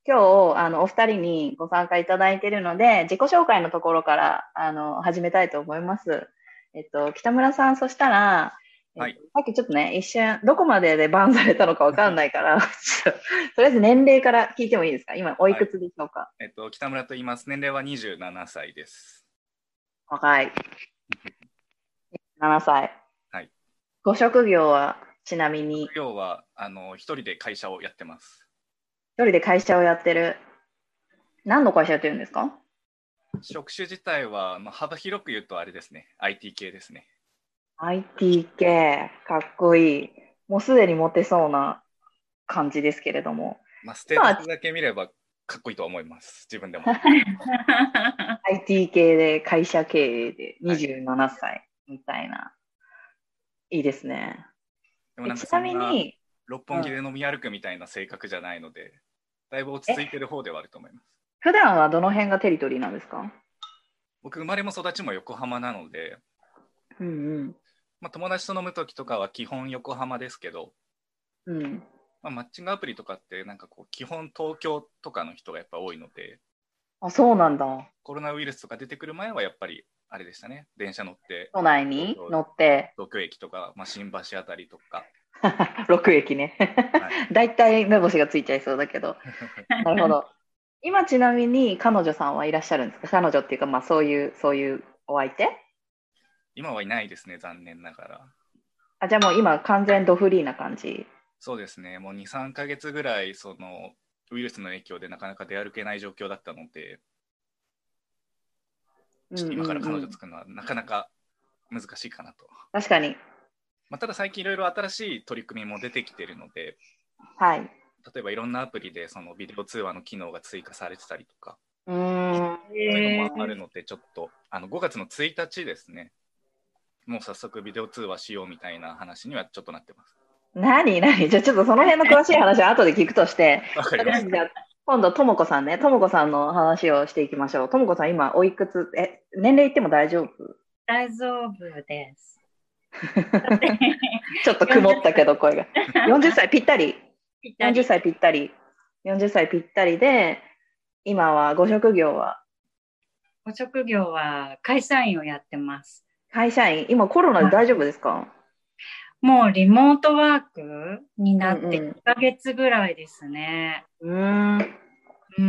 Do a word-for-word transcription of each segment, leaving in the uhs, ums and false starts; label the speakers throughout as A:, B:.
A: 今日あのお二人にご参加いただいているので、自己紹介のところからあの始めたいと思います。えっと、北村さん、そしたら、えっと、
B: はい。
A: さっきちょっとね、一瞬、どこまででバンされたのかわかんないから、ちょっととりあえず年齢から聞いてもいいですか？今、おい
B: はい。
A: くつでしょうか？
B: えっと、北村と言います。年齢はにじゅうななさいです。
A: 若い。ななさい。
B: はい。
A: ご職業はちなみに、
B: 職業は、あの、一人で会社をやってます。
A: 一人で会社をやってる。何の会社やってるんですか？
B: 職種自体は、まあ、幅広く言うとあれですね。アイティー 系ですね。
A: アイティー 系、かっこいい。もうすでにモテそうな感じですけれども。
B: まあ、ステー
A: 今は
B: タスだけ見ればかっこいいと思います。自分でも。
A: アイティー 系で会社経営で
B: はい。
A: にじゅうななさいみたいな。いいですね。
B: でもなんか
A: えちな
B: そんな
A: みに、
B: 六
A: うん、
B: 本木で飲み歩くみたいな性格じゃないので、だいぶ落ち着いて
A: え、
B: る方ではあると思います。
A: 普段はどの辺がテリトリーなんですか？
B: 僕、生まれも育ちも横浜なので、
A: うん
B: まあ、友達と飲むときとかは基本横浜ですけど、
A: うん。うん。
B: まあ、マッチングアプリとかってなんかこう基本東京とかの人がやっぱ多いので、
A: あ、そうなんだ。
B: コロナウイルスとか出てくる前はやっぱりあれでしたね。電車乗って
A: 都内
B: 東京、
A: に乗って、
B: 東京駅とか、まあ、新橋あたりとか、
A: ろく駅ね。
B: はい、
A: だいたい目星がついちゃいそうだけど。なるほど。今ちなみに彼女さんはいらっしゃるんですか？彼女っていうか、まあそういう、そういうお相手。
B: 今はいないですね、残念ながら。
A: あ、じゃあもう今完全ドフリーな感じ。
B: そうですね、もうに、さんかげつぐらいそのウイルスの影響でなかなか出歩けない状況だったので、
A: うんうん
B: ちょっと今から彼
A: うん。
B: 女作るのはなかなか難しいかなと。
A: 確かに。
B: まあ、ただ最近いろいろ新しい取り組みも出てきているので、
A: はい。
B: 例えばいろんなアプリでそのビデオ通話の機能が追加されてたりとか、
A: うーん。
B: そういうのも
C: へえ。
B: あるので、ちょっとあのごがつのついたちですね、もう早速ビデオ通話しようみたいな話にはちょっとなってます。
A: 何何じゃあちょっとその辺の詳しい話は後で聞くとして、
B: わかりました。
A: とりあえずじゃあ今度ともこさんね、ともこさんの話をしていきましょう。ともこさん今おいくつ、え、年齢言っても大丈夫？
C: 大丈夫です。
A: ちょっと曇
C: 40
A: ったけど声が。よんじゅっさいぴったり。40
C: ぴったり。
A: 歳ぴったり。よんじゅっさいぴったりで、今はご職業は
C: ご職業は会社員をやってます。
A: 会社員。今コロナで大丈夫ですか？
C: もうリモートワークに
A: うん
C: なって
A: うん。
C: いっかげつぐらいですね。
A: うーん。
C: うん、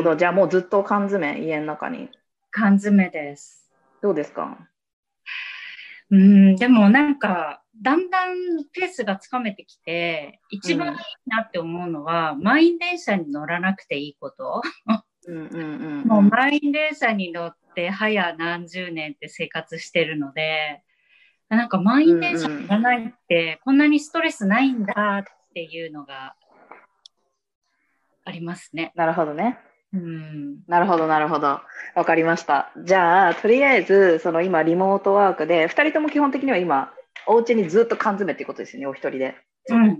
A: なるほど。じゃあもうずっと缶詰、家の中に。
C: 缶詰です。
A: どうですか？
C: うん、でもなんか、だんだんペースがつかめてきて、一番いい
A: うん。
C: なって思うのは、満員電車に乗らなくていいこと。
A: うんうんうん
C: もう
A: うん。
C: 満員電車に乗って早何十年って生活してるので、なんか満
A: うん
C: 員電車
A: うん。
C: 乗らないってこんなにストレスないんだっていうのがありますね。
A: なるほどね。
C: うん。
A: なるほど、なるほど。わかりました。じゃあ、とりあえず、その今、リモートワークで、ふたりとも基本的には今、お家にずっと缶詰っていうことですよね、お一人で。
B: そうです。
C: うん。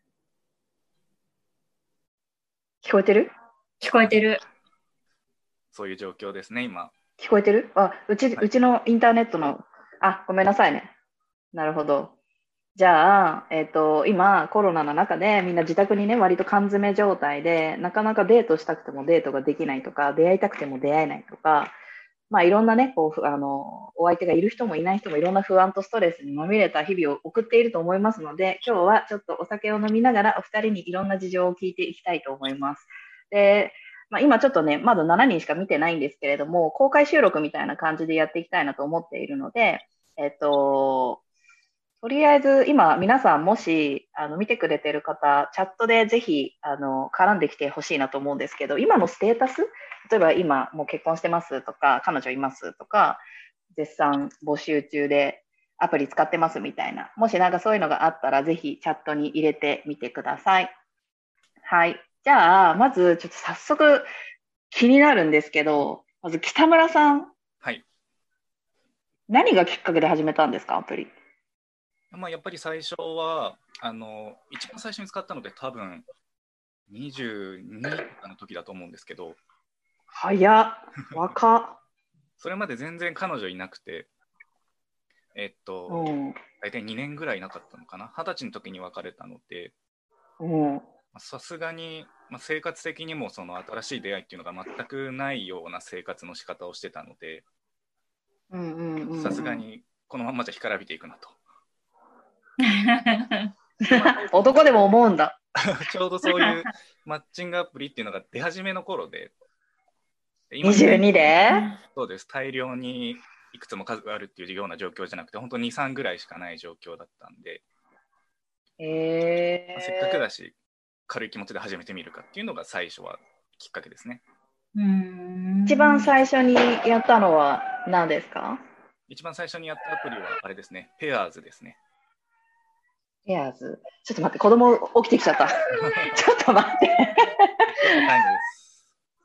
A: 聞こえてる？
C: 聞こえてる。
B: そういう状況ですね、今。
A: 聞こえてる？あ、うち、
B: はい。
A: うちのインターネットの、あ、ごめんなさいね。なるほど。じゃあ、えっと、今、コロナの中で、みんな自宅にね、割と缶詰状態で、なかなかデートしたくてもデートができないとか、出会いたくても出会えないとか、まあ、いろんなね、こう、あの、お相手がいる人もいない人もいろんな不安とストレスにまみれた日々を送っていると思いますので、今日はちょっとお酒を飲みながらお二人にいろんな事情を聞いていきたいと思います。で、まあ、今ちょっとね、まだしちにんしか見てないんですけれども、公開収録みたいな感じでやっていきたいなと思っているので、えっと、とりあえず今皆さんもしあの見てくれてる方、チャットでぜひあの絡んできてほしいなと思うんですけど、今のステータス、例えば今もう結婚してますとか、彼女いますとか、絶賛募集中でアプリ使ってますみたいな、もしなんかそういうのがあったらぜひチャットに入れてみてください。はい。じゃあ、まずちょっと早速気になるんですけど、まず北村さん、
B: はい。
A: 何がきっかけで始めたんですか、アプリ？
B: まあ、やっぱり最初は、あの、一番最初に使ったので多分にじゅうにとかの時だと思うんですけど、
A: 早っ、若っ。
B: それまで全然彼女いなくて、えっと、
A: うん。
B: 大体にねんぐらいなかったのかな。はたちの時に別れたので、
A: うん。
B: さすがにまあ、生活的にもその新しい出会いっていうのが全くないような生活の仕方をしてたので、
A: うんうんうんうん、
B: さすがにこのまんまじゃ干からびていくなと。
A: 男でも思うんだ。
B: ちょうどそういうマッチングアプリっていうのが出始めの頃で、
A: にじゅうにで
B: そうです、大量にいくつも数があるっていうような状況じゃなくて、本当にに、さんぐらいしかない状況だったんで、
A: えー
B: まあ、せっかくだし軽い気持ちで始めてみるかっていうのが最初はきっかけですね。
C: うーん
A: 一番最初にやったのは何ですか？
B: 一番最初にやったアプリはあれですね、ペアーズですね。
A: ペアーズ。ちょっと待って、子供起きてきちゃった。ちょっと待って。
B: タイムです。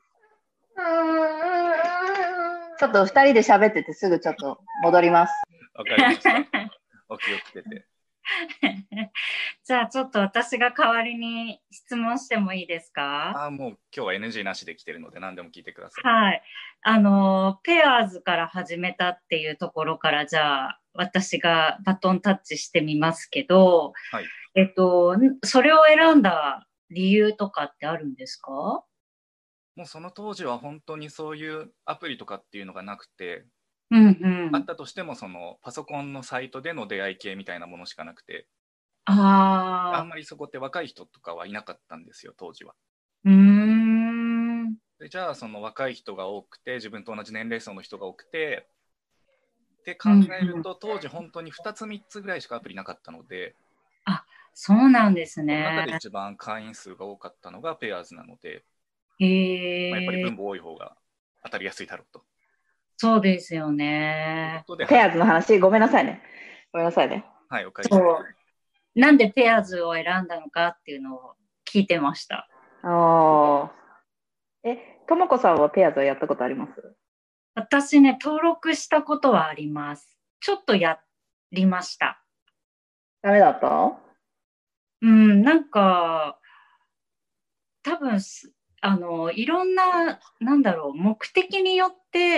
A: ちょっと二人で喋っててすぐちょっと戻ります。
B: わかりました。お気をつけて。
C: じゃあちょっと私が代わりに質問してもいいですか？
B: ああ、もう今日は エヌジー なしで来てるので何でも聞いてください。
C: はい。あの、ペアーズから始めたっていうところから、じゃあ私がバトンタッチしてみますけど、
B: はい、
C: えっと、それを選んだ理由とかってあるんですか？
B: もうその当時は本当にそういうアプリとかっていうのがなくて、
C: うんうん、
B: あったとしてもそのパソコンのサイトでの出会い系みたいなものしかなくて、
C: あ
B: あんまりそこって若い人とかはいなかったんですよ、当時は。
C: ーうーん
B: でじゃあその若い人が多くて、自分と同じ年齢層の人が多くてって考えると、うんうん、当時本当にふたつみっつぐらいしかアプリなかったので、
C: あ、そうなんですね。
B: この中で一番会員数が多かったのがペアーズなので、
C: へ
B: まあ、やっぱり分母多い方が当たりやすいだろうと。
C: そうですよね。
A: ペアーズの話、ごめんなさいね。ごめんなさいね。
B: はい、おかえりなさい。
C: なんでペアーズを選んだのかっていうのを聞いてました。
A: あえ、ともこさんはペアーズはやったことあります？
C: 私ね、登録したことはあります。ちょっとやりました。
A: ダメだった？
C: うん、なんか、多分、あの、いろんな、なんだろう、目的によって、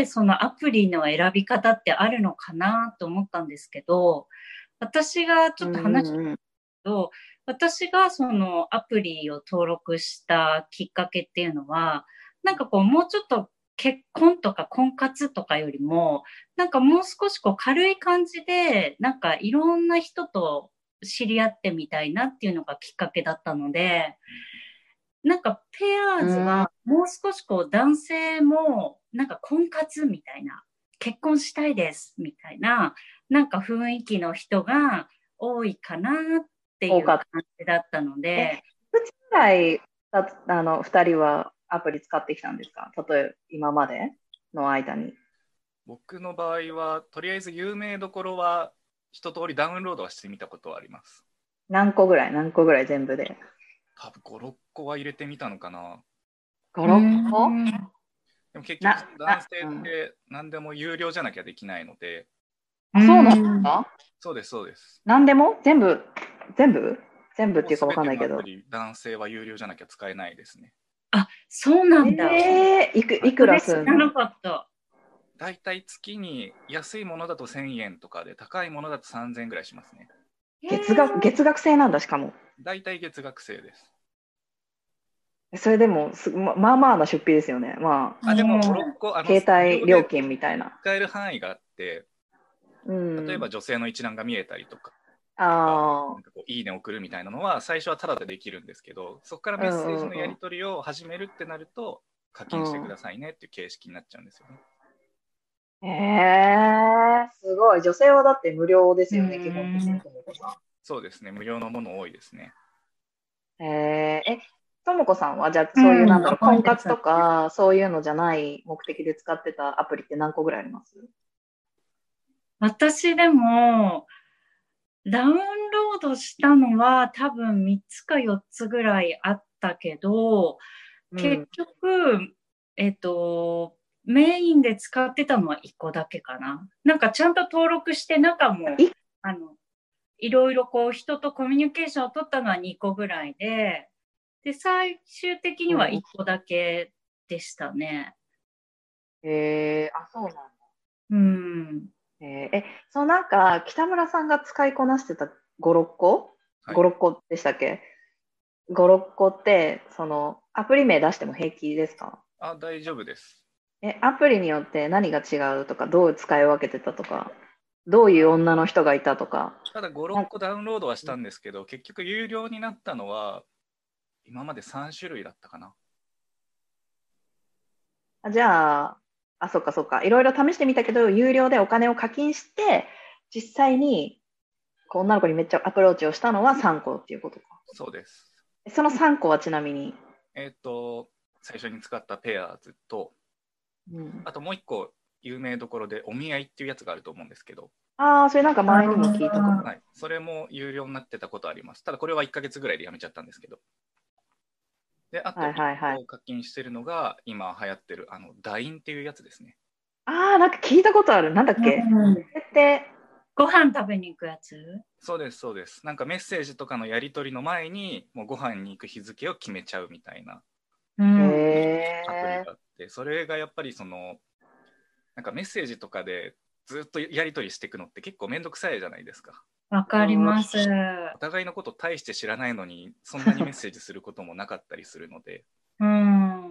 C: そのアプリの選び方ってあるのかなと思ったんですけど、私がちょっと話したけど、私がそのアプリを登録したきっかけっていうのは、なんかこう、もうちょっと結婚とか婚活とかよりも、なんかもう少しこう軽い感じで、なんかいろんな人と知り合ってみたいなっていうのがきっかけだったので、なんかペアーズはもう少しこう男性もなんか婚活みたいな、結婚したいですみたいな、なんか雰囲気の人が多いかなっていう感じだったので。
A: いくつぐらいあのふたりはアプリ使ってきたんですか？例えば今までの間に。僕
B: の場合はとりあえず有名どころは一通りダウンロードはしてみたことはあります。
A: 何個ぐらい何個ぐらい全部で？
B: 多分ご、ろっこは入れてみたのかな。
A: ご、ろっこ？
B: でも結局男性って何でも有料じゃなきゃできないので。
A: あ、そうなんですか？
B: そうですそうです。
A: 何でも全部全部全部っていうか分かんないけど。
B: 男性は有料じゃなきゃ使えないですね。
C: あ、そうなんだ。
A: えー、いくいくらするの？
C: 知らなかった。
B: だいたい月に安いものだとせんえんとかで、高いものだとさんぜんえんぐらいしますね。
A: 月額、月額制なんだ、しかも。
B: だいたい月額制です。
A: それでもす、ま、まあまあな出費ですよね。ま
B: あ、あでもご、ろっこ、あの
A: 携帯料金みたいな。
B: 使える範囲があって、
A: うん、
B: 例えば女性の一覧が見えたりとか、
A: あ
B: なんかこういいね送るみたいなのは最初はタダでできるんですけど、そこからメッセージのやり取りを始めるってなると、課金してくださいねっていう形式になっちゃうんですよね。
A: えー、すごい。女性はだって無料ですよね、基本的に。
B: そうですね、無料のもの多いですね。
A: えー、え、ともこさんはじゃあそういうなんだろう、婚活とかそういうのじゃない目的で使ってたアプリって何個ぐらいあります？
C: 私でもダウンロードしたのは多分みっつかよっつぐらいあったけど、うん、結局、えっと、メインで使ってたのはいっこだけかな。なんかちゃんと登録して中もあのいろいろこう人とコミュニケーションを取ったのはにこぐらいで、で最終的にはいっこだけでしたね。
A: へえー、あ、そうなんだ。
C: うん。
A: えー、え、そうなんか北村さんが使いこなしてたご、ろっこ、はい、ご、ろっこでしたっけ？ご、ろっこってそのアプリ名出しても平気ですか？
B: あ、大丈夫です。
A: え、アプリによって何が違うとか、どう使い分けてたとか、どういう女の人がいたとか。
B: ただご、
A: なん
B: ろっこダウンロードはしたんですけど、結局有料になったのは今までさん種類だったかな。
A: あじゃあ、あ、そっかそっか。いろいろ試してみたけど、有料でお金を課金して、実際にこう女の子にめっちゃアプローチをしたのはさんこっていうことか。
B: そうです。
A: そのさんこはちなみに。
B: えっ、と、最初に使ったペアーズと、
A: うん、
B: あともう一個有名どころでお見合いっていうやつがあると思うんですけど、
A: ああ、それなんか前にも聞いたかも。
B: はい、それも有料になってたことあります。ただこれはいっかげつぐらいでやめちゃったんですけど。で、あと
A: はいはいはい。
B: いっこ課金してるのが今流行ってるあの ダイン っていうやつですね。
A: ああ、なんか聞いたことある。なんだっけ、
C: うん
A: それって、
C: ご飯食べに行くやつ？
B: そうです、そうです。なんかメッセージとかのやり取りの前にもうご飯に行く日付を決めちゃうみたいな
C: うん。
A: へ
B: アプリ
A: え。
B: があって、それがやっぱりそのなんかメッセージとかでずっとやり取りしていくのって結構めんどくさいじゃないですか。
C: わかります。
B: お互いのこと大して知らないのにそんなにメッセージすることもなかったりするので、
C: うん。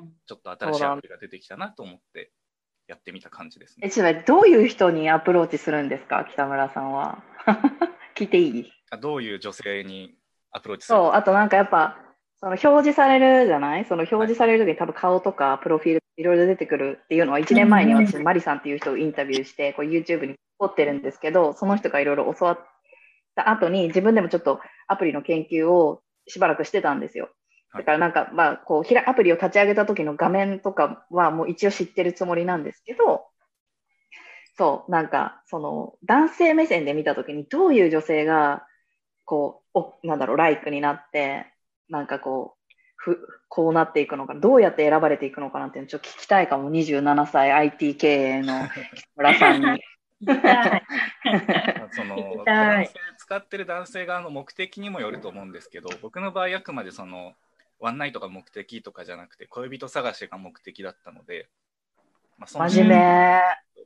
B: ちょっと新しいアプリが出てきたなと思ってやってみた感じですね。
A: え、ちょっと待って、どういう人にアプローチするんですか、北村さんは。聞いていい？
B: あ、どういう女性にアプローチする
A: そう、
B: か。
A: あとなんかやっぱ、その表示されるじゃない、その表
B: はい
A: 示される時に多分顔とかプロフィールいろいろ出てくるっていうのはいちねんまえに私、マリさんっていう人をインタビューして、こう YouTube に撮ってるんですけど、その人がいろいろ教わった後に自分でもちょっとアプリの研究をしばらくしてたんですよ。だからなんか、まあ、こう、ひらアプリを立ち上げた時の画面とかはもう一応知ってるつもりなんですけど、そう、なんか、その、男性目線で見た時にどういう女性が、こう、お、なんだろう、ライクになって、なんかこう、ふ、こうなっていくのかな、どうやって選ばれていくのかなっていうのをちょっと聞きたいかも、にじゅうななさい アイティー 経営の北村さんに。
C: 聞きたい。
B: その
C: 聞きたい
B: 男性使ってる男性側の目的にもよると思うんですけど、僕の場合あくまでそのワンナイトが目的とかじゃなくて恋人探しが目的だったので、まあ、その
A: 真面目。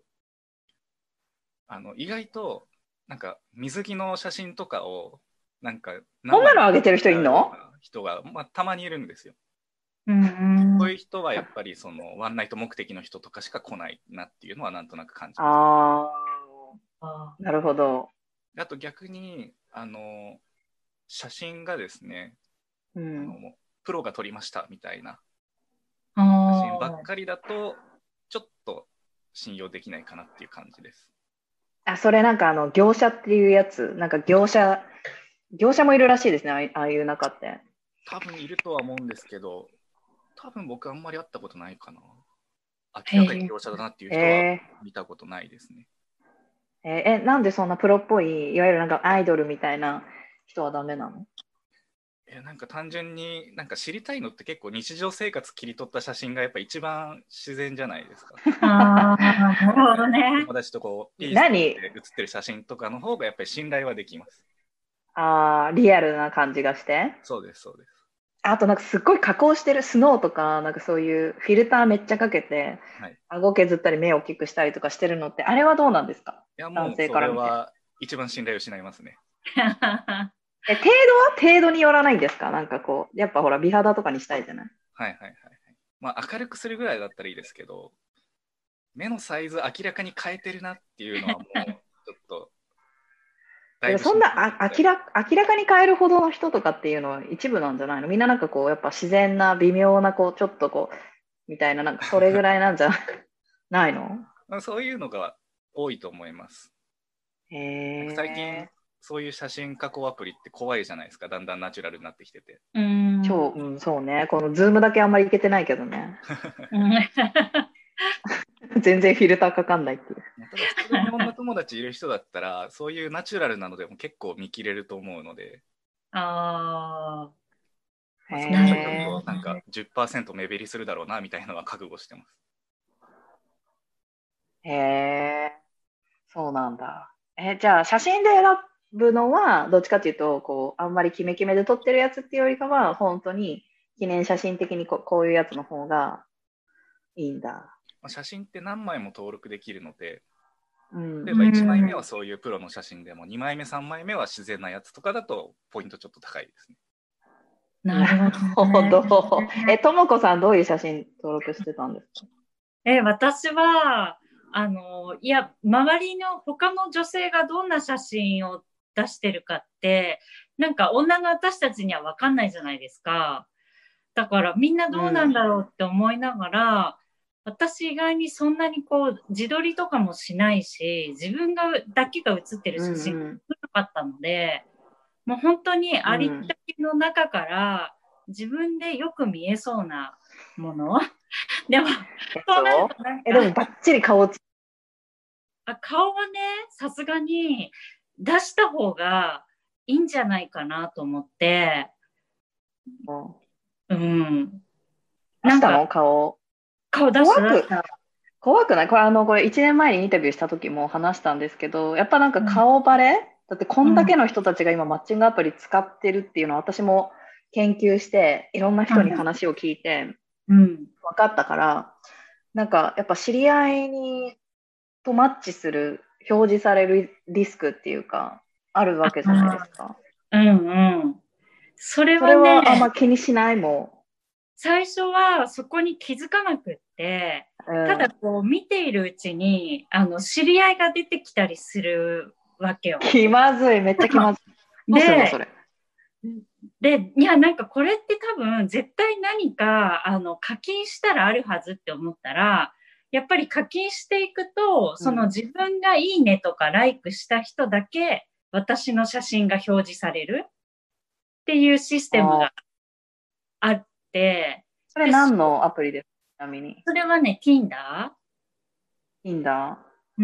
B: あの意外となんか水着の写真とかをなんか
A: こんなの上げてる人いんの？
B: 人が、まあ、たまにいるんですよ。
C: うんうん
B: そういう人はやっぱりそのワンナイト目的の人とかしか来ないなっていうのはなんとなく感じます。
A: あ
C: あ
A: あ、なるほど。
B: あと逆にあの写真がですね、
A: う
B: あの
A: ん。
B: プロが撮りましたみたいな
C: あ
B: 写真ばっかりだとちょっと信用できないかなっていう感じです。
A: あ、それなんかあの、業者っていうやつ、なんか業者、業者もいるらしいですね、ああいああいう中って。
B: 多分いるとは思うんですけど、多分僕あんまり会ったことないかな。明らかに業者だなっていう人は
A: え
B: 見たことないですね。
A: ー、えーえ、なんでそんなプロっぽい、いわゆるなんかアイドルみたいな人はダメなの？
B: えなんか単純になんか知りたいのって結構日常生活切り取った写真がやっぱ一番自然じゃないですか。
C: あー、なるほどね。
B: 友達とこうピース
A: 何
B: で写ってる写真とかの方がやっぱり信頼はできます。
A: あー、リアルな感じがして。
B: そうですそうです。
A: あとなんかすっごい加工してるスノーとか、なんかそういうフィルターめっちゃかけて、
B: はい、
A: 顎削ったり目を大きくしたりとかしてるのって、あれはどうなんですか？
B: いやも
A: 男
B: うそれ
A: 性から見て。
B: は一番信頼を失いますね。
A: え、程度は程度によらないんですか？なんかこう、やっぱほら、美肌とかにしたいじゃない？
B: はいはいはいはい。まあ明るくするぐらいだったらいいですけど、目のサイズ明らかに変えてるなっていうのはもうちょっとだいぶ
A: そんなあ明ら明らかに変えるほどの人とかっていうのは一部なんじゃないの？みんななんかこう、やっぱ自然な微妙なこう、ちょっとこう、みたいな、なんかそれぐらいなんじゃないの？
B: まあそういうのが多いと思います。
A: へ
B: 最近
A: え。
B: そういう写真加工アプリって怖いじゃないですか。だんだんナチュラルになってきてて。
C: うん
A: 超、うん、そうね。このズームだけあんまりいけてないけどね。全然フィルターかかんないっていう。
B: ただ普通に女友達いる人だったらそういうナチュラルなのでも結構見切れると思うので、
C: あ
B: まあ、
A: へ
B: そこはちょっ
A: え。
B: となんか じゅっパーセント 目減りするだろうなみたいなのは覚悟してます。
A: へえ。そうなんだ。え、じゃあ写真で選ぶのはどっちかっていうと、こう、あんまりキメキメで撮ってるやつっていうよりかは、本当に記念写真的にこう、こういうやつの方がいいんだ。
B: まあ、写真って何枚も登録できるので、
A: うん。
B: 例えばいちまいめはそういうプロの写真でもにまいめさんまいめは自然なやつとかだとポイントちょっと高いですね。
C: なる
A: ほ
C: ほど
A: ど。
C: ね。
A: え、ともこさんどういう写真登録してたんですか？
C: え、私は、あの、いや、周りの他の女性がどんな写真を出してるかって、なんか女の私たちには分かんないじゃないですか。だからみんなどうなんだろうって思いながら、私意外にそんなにこう自撮りとかもしないし、自分がだけが写ってる
A: うん
C: 写真
A: うん
C: なかったので、もう本当にありっ
A: うん。
C: たけの中から自分でよく見えそうなもの。でも、
A: えっ
C: そうなる
A: と、
C: となん
A: え、でも
C: か、
A: バッチリ顔つ、
C: あ、顔はね、さすがに出した方がいいんじゃないかなと思って、うん。なんか
A: 出したの顔。
C: 顔出した出
A: 怖く、
C: した。
A: 怖くない？これ、あの、これいちねんまえにインタビューした時も話したんですけど、やっぱなんか
C: うん。
A: 顔バレだってこ
C: うん。
A: んだけの人たちが今マッチングアプリ使ってるっていうのは私も研究して、いろんな人に話を聞いて
C: うん。
A: 分かったから、なんかやっぱ知り合いにとマッチする、表示されるリスクっていうか、あるわけじゃないですか。
C: うんうん。それ
A: それ
C: はね、
A: はあんま気にしない？も
C: 最初はそこに気づかなくって、
A: う。う
C: ただ
A: ん。
C: こう見ているうちに、あの、知り合いが出てきたりするわけよ。
A: 気まずい、めっちゃ気まずい。どうすんのそ
C: で、
A: れ。
C: で、いや、なんかこれって多分絶対何か、あの、課金したらあるはずって思ったら、やっぱり課金していくと、その
A: うん。
C: 自分がいいねとかライクした人だけ私の写真が表示されるっていうシステムが
A: ああ、
C: あって、
A: それ
C: で、そ
A: 何のアプリですか？ちなみに。
C: それはね、Tinder。
A: いいんだ。
C: うん。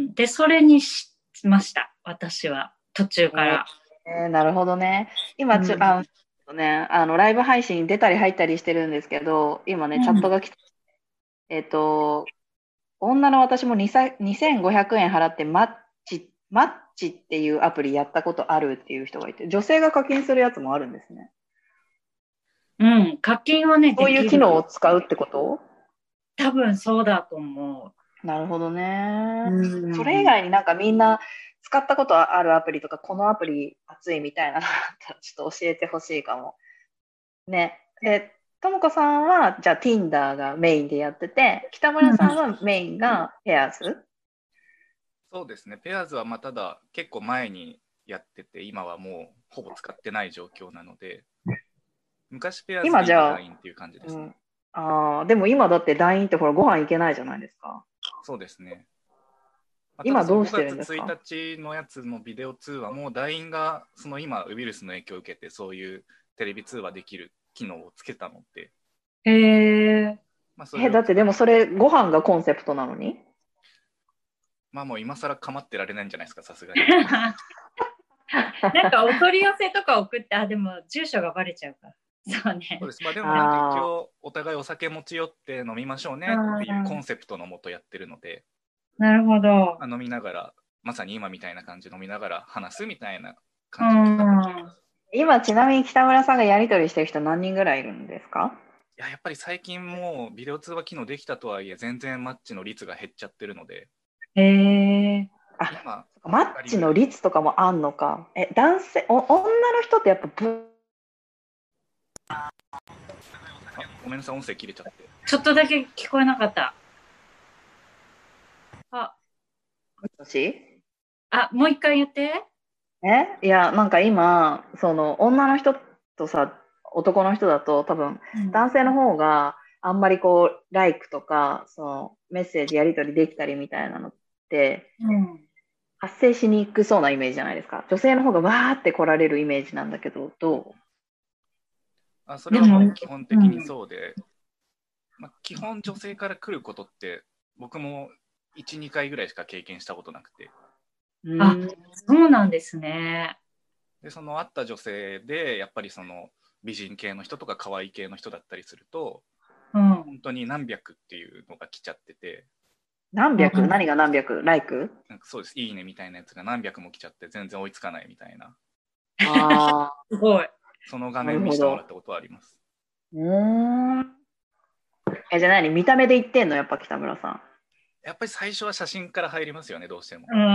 C: で、それにしました。私は。途中か
A: え
C: ら。
A: ーえーなるほどね。今ちょ、
C: うん。
A: あのね、あの、ライブ配信出たり入ったりしてるんですけど、今ね、チャット
C: うん。
A: が来て、えっと、女の私もにさにせんごひゃくえん払ってマッチ、マッチっていうアプリやったことあるっていう人がいて、女性が課金するやつもあるんですね。
C: うん。課金はね、
A: そう
C: できる。
A: いう機能を使うってこと？
C: 多分そうだと思
A: なるほど
C: う。
A: ね。それ以
C: うん。
A: 外になんかみんな使ったことあるアプリとか、このアプリ熱いみたいなのあったらちょっと教えてほしいかも。ね。で、ともこさんは、じゃあ Tinder がメインでやってて、北
C: うん。
A: 村さんはメインがペアーズ？
B: そうですね。ペアーズはまあただ結構前にやってて、今はもうほぼ使ってない状況なので、昔ペアーズで今
A: 今じゃあ、
B: ライン っていう感じですね。
A: うん、ああ、でも今だって ライン ってほらご飯行けないじゃないですか。
B: そうですね。まあ、ただその5
A: 今どうしてる
B: 月1
A: んですか？
B: 日のやつのビデオ通話も ライン がその今ウイルスの影響を受けてそういうテレビ通話できる機能をつけたので、
C: へえ。
B: まあ、それ
A: え、だってで
B: を使って、
A: もそれご飯がコンセプトなのに。
B: まあもう今更構ってられないんじゃないですか、さすがに。
C: なんかお取り寄せとか送って、あ、でも住所がバレちゃうから。そうね。
B: そうです。まあでもなんか一
A: ああ、
B: 応お互いお酒持ち寄って飲みましょうねっていうコンセプトのもとやってるので、
C: なるほど。
B: まあ、飲みながら、まさに今みたいな感じ飲みながら話すみたいな
C: う
B: 感じになって
C: ん。
B: ます。
A: 今ちなみに北村さんがやり取りしてる人何人ぐらいいるんですか？
B: いや、やっぱり最近もうビデオ通話機能できたとはいえ、全然マッチの率が減っちゃってるので、
C: へえ。
A: あ、
B: 今、
A: マッチの率とかもあんのか。え、男性、お、女の人ってやっぱぶ、
B: あ、ごめんなさい、音声切れちゃって。
C: ちょっとだけ聞こえなかった。あ、
A: もし
C: あ、もう一回言って。
A: えいや、なんか今、その女の人とさ、男の人だと多分
C: うん。
A: 男性の方があんまりこう、ライクとか、そのメッセージやり取りできたりみたいなのって
C: うん。
A: 発生しにくそうなイメージじゃないですか。女性の方がわーって来られるイメージなんだけど、ど
B: あ、それ
C: でも、
B: はもう基本的に
C: うん。
B: そうで、まあ、基本女性から来ることって僕もいち、にかいぐらいしか経験したことなくて、
A: うう
C: あ、
A: ーん。
C: そうなんですね。
B: で、その会った女性で、やっぱりその美人系の人とか可愛い系の人だったりすると、
C: うん。
B: 本当に何百っていうのが来ちゃってて、
A: 何
C: うん。
A: 百何が何百ライク？
B: なんかそうです、いいねみたいなやつが何百も来ちゃって全然追いつかないみたいな、
A: あ
C: すごい。
B: その画
A: あ、な
B: 面見
A: るほど。
B: せてもらったことはあります。
A: うーん。え、じゃあ何見た目で言ってんのやっぱ北村さん。
B: やっぱり最初は写真から入りますよね、どうしても。
C: うん。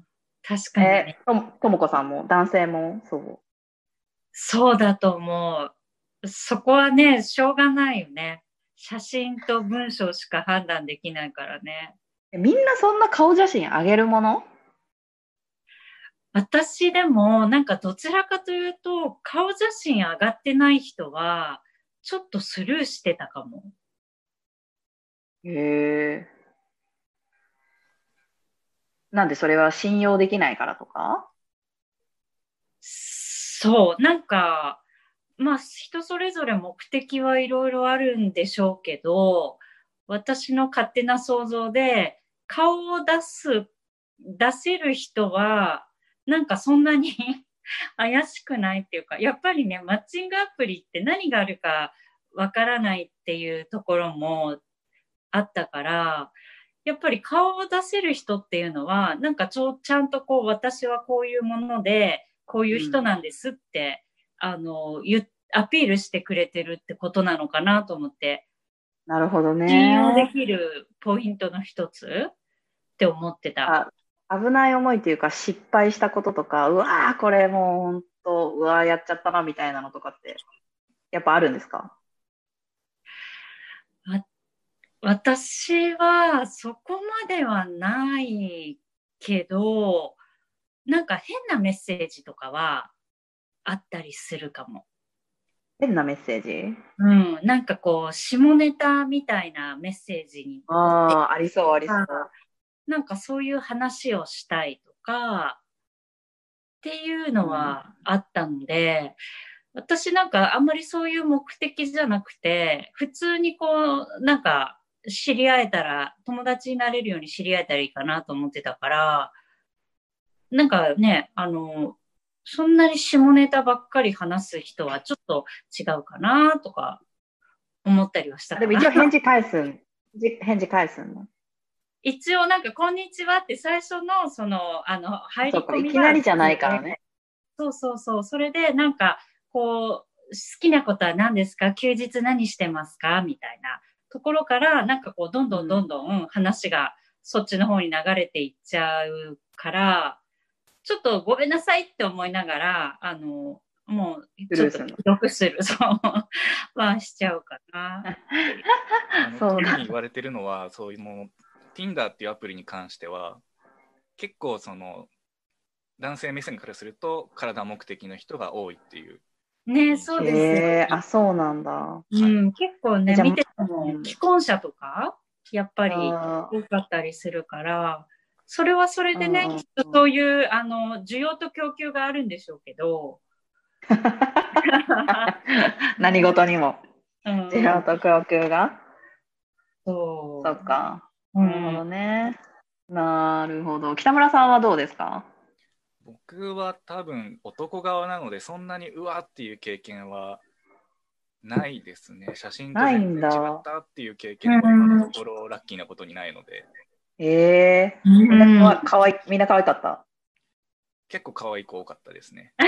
C: 確かに
A: え、
C: ね。
A: とも、ともこさんも男性もそう。
C: そうだと思う。 そこはね、しょうがないよね。写真と文章しか判断できないからね。
A: みんなそんな顔写真あげるもの？
C: 私でも、なんかどちらかというと、顔写真上がってない人は、ちょっとスルーしてたかも。
A: へえ。なんでそれは信用できないからとか？
C: そう、なんか、まあ人それぞれ目的はいろいろあるんでしょうけど、私の勝手な想像で、顔を出す、出せる人は、なんかそんなに怪しくないっていうか、やっぱりね、マッチングアプリって何があるかわからないっていうところもあったから、やっぱり顔を出せる人っていうのは、なんかちょ、ちゃんとこう、私はこういうもので、こういう人なんですって、うん、あの、言アピールしてくれてるってことなのかなと思って。
A: なるほどね。
C: 信用できるポイントの一つって思ってた。
A: あ、危ない思いというか、失敗したこととか、うわー、これもう本当、うわー、やっちゃったなみたいなのとかって、やっぱあるんですか？
C: 私はそこまではないけど、なんか変なメッセージとかはあったりするかも。
A: 変なメッセージ？
C: うん、なんかこう、下ネタみたいなメッセージに。
A: ああ、ありそう、ありそう。
C: なんかそういう話をしたいとか、っていうのはあったので、うん、私なんかあんまりそういう目的じゃなくて、普通にこう、なんか知り合えたら、友達になれるように知り合えたらいいかなと思ってたから、なんかね、あの、そんなに下ネタばっかり話す人はちょっと違うかなとか思ったりはしたかな。
A: でも一応返事返すん、返事返すんの？
C: 一応なんか、こんにちはって最初の、その、あの、入り込みが。
A: いきなりじゃないからね。
C: そうそうそう。それで、なんか、こう、好きなことは何ですか？休日何してますか？みたいなところから、なんかこう、どんどんどんどん話がそっちの方に流れていっちゃうから、ちょっとごめんなさいって思いながら、あの、もう、ちょっと既読する、そう、はしちゃうかな。
B: そうだ。言われてるのは、そういうもう、Tinder っていうアプリに関しては、結構その、男性目線からすると、体目的の人が多いっていう。
C: ね、そうです
A: ね。あ、そうなんだ。
C: うん、結構ね、見てても、既婚者とか、やっぱり多かったりするから、それはそれでね、きっとそういう、あの、需要と供給があるんでしょうけど。
A: 何事にも。需要と供給が。
C: そう。
A: そっか。なるほどね。なるほど。北村さんはどうですか？
B: 僕は多分男側なのでそんなにうわっていう経験はないですね。写真と全然違ったっていう経験も今のところラッキーなことにないので。
A: ええー、みんなかわいみんな可愛かった？
B: 結構可愛い子多かったですね。